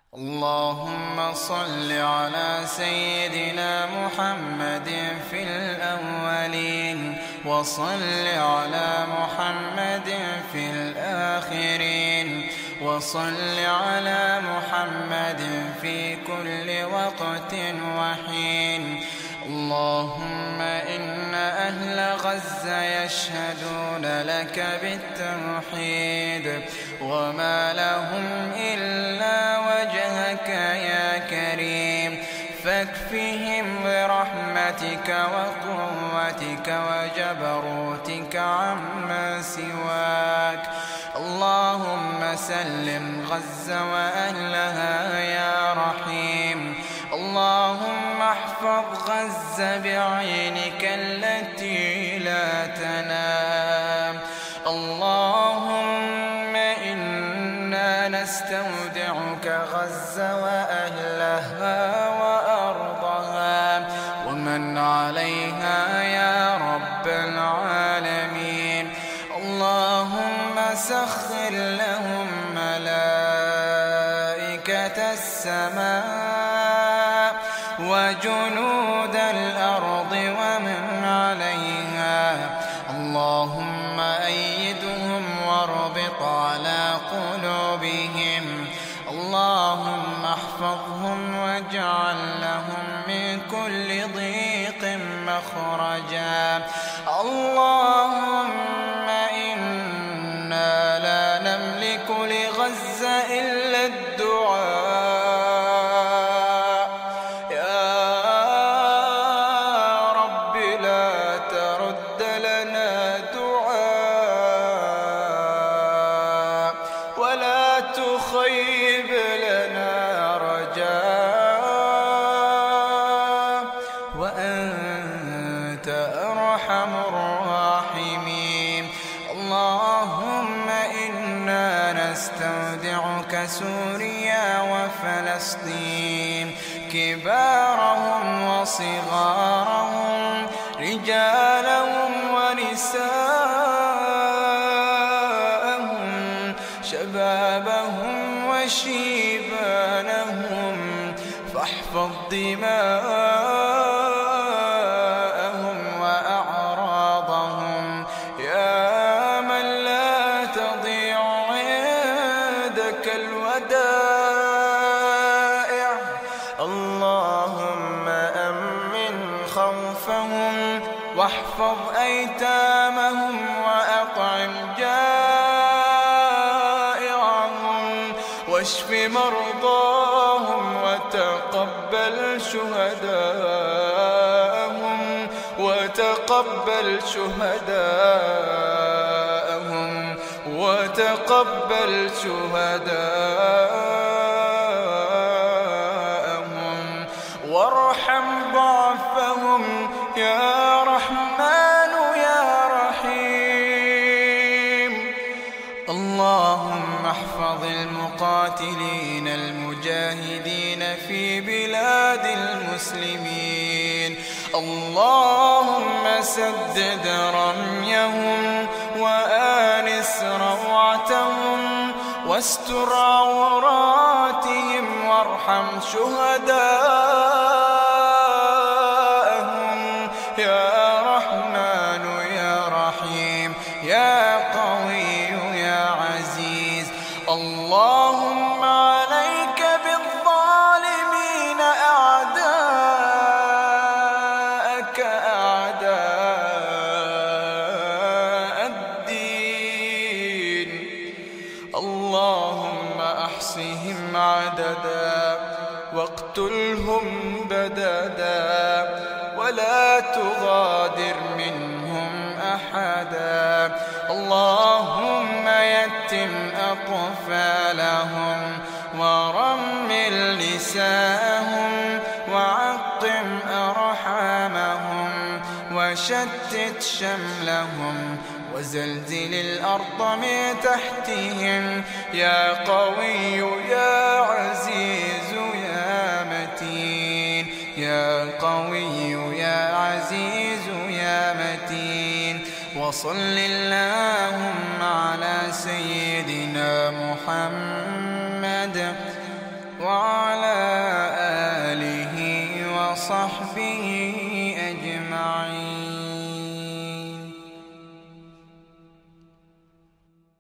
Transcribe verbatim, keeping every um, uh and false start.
اللهم صل على سيدنا محمد في الأولين، وصل على محمد في الآخرين، وصل على محمد في كل وقت وحين. اللهم إن أهل غزة يشهدون لك بالتوحيد، وما لهم إلا وجهك يا كريم، فاكفهم برحمتك وقوتك وجبروتك عما سواك. اللهم سلم غزة وأهلها يا رحيم. اللهم احفظ غزة بعينك التي لا تنام. اللهم إنا نستودعك غزة وأهلها وأرضها ومن عليها يا رب العالمين. اللهم سخر لهم ملائكة السماء وجنود الأرض ومن عليها. اللهم أيدهم واربط على قلوبهم. اللهم احفظهم واجعل لهم من كل ضيق مخرجا. اللهم إنا لا نملك لغزة إلا الدعاء. يا رب لا ترد لنا دعاء ولا تخيب لنا رجاء، وأنت أرحم الراحمين. اللهم إنا نستودعك سوريا وفلسطين، كبارهم وصغارهم، رجالهم ونساءهم، شبابهم وشيبانهم، فاحفظ دماءهم وأعراضهم يا من لا تضيع عندك الودائع. اللهم أمن خوفهم واحفظ أيتامهم وأطعم جائعهم واشف مرضاهم وتقبل شهداءهم وتقبل شهداءهم وتقبل شهداءهم وارحم ضعفهم يا رحمن يا رحيم. اللهم احفظ المقاتلين المجاهدين في بلاد المسلمين. اللهم سدد رميهم وآنس روعتهم واستر عوراتهم وارحم شهداءهم يا رحمن يا رحيم يا قوي يا عزيز. اللهم عليك بالظالمين أعداءك أعداء الدين. اللهم أحصهم عددا واقتلهم بددا ولا تغادر منهم أحدا. اللهم يتم أطفالهم ورمل نساءهم وعقم أرحامهم وشتت شملهم وزلزل الأرض من تحتهم يا قوي يا عزيز يا متين. يا قوي يا عزيز يا متين. وصل اللهم على سيدنا محمد وعلى آله وصحبه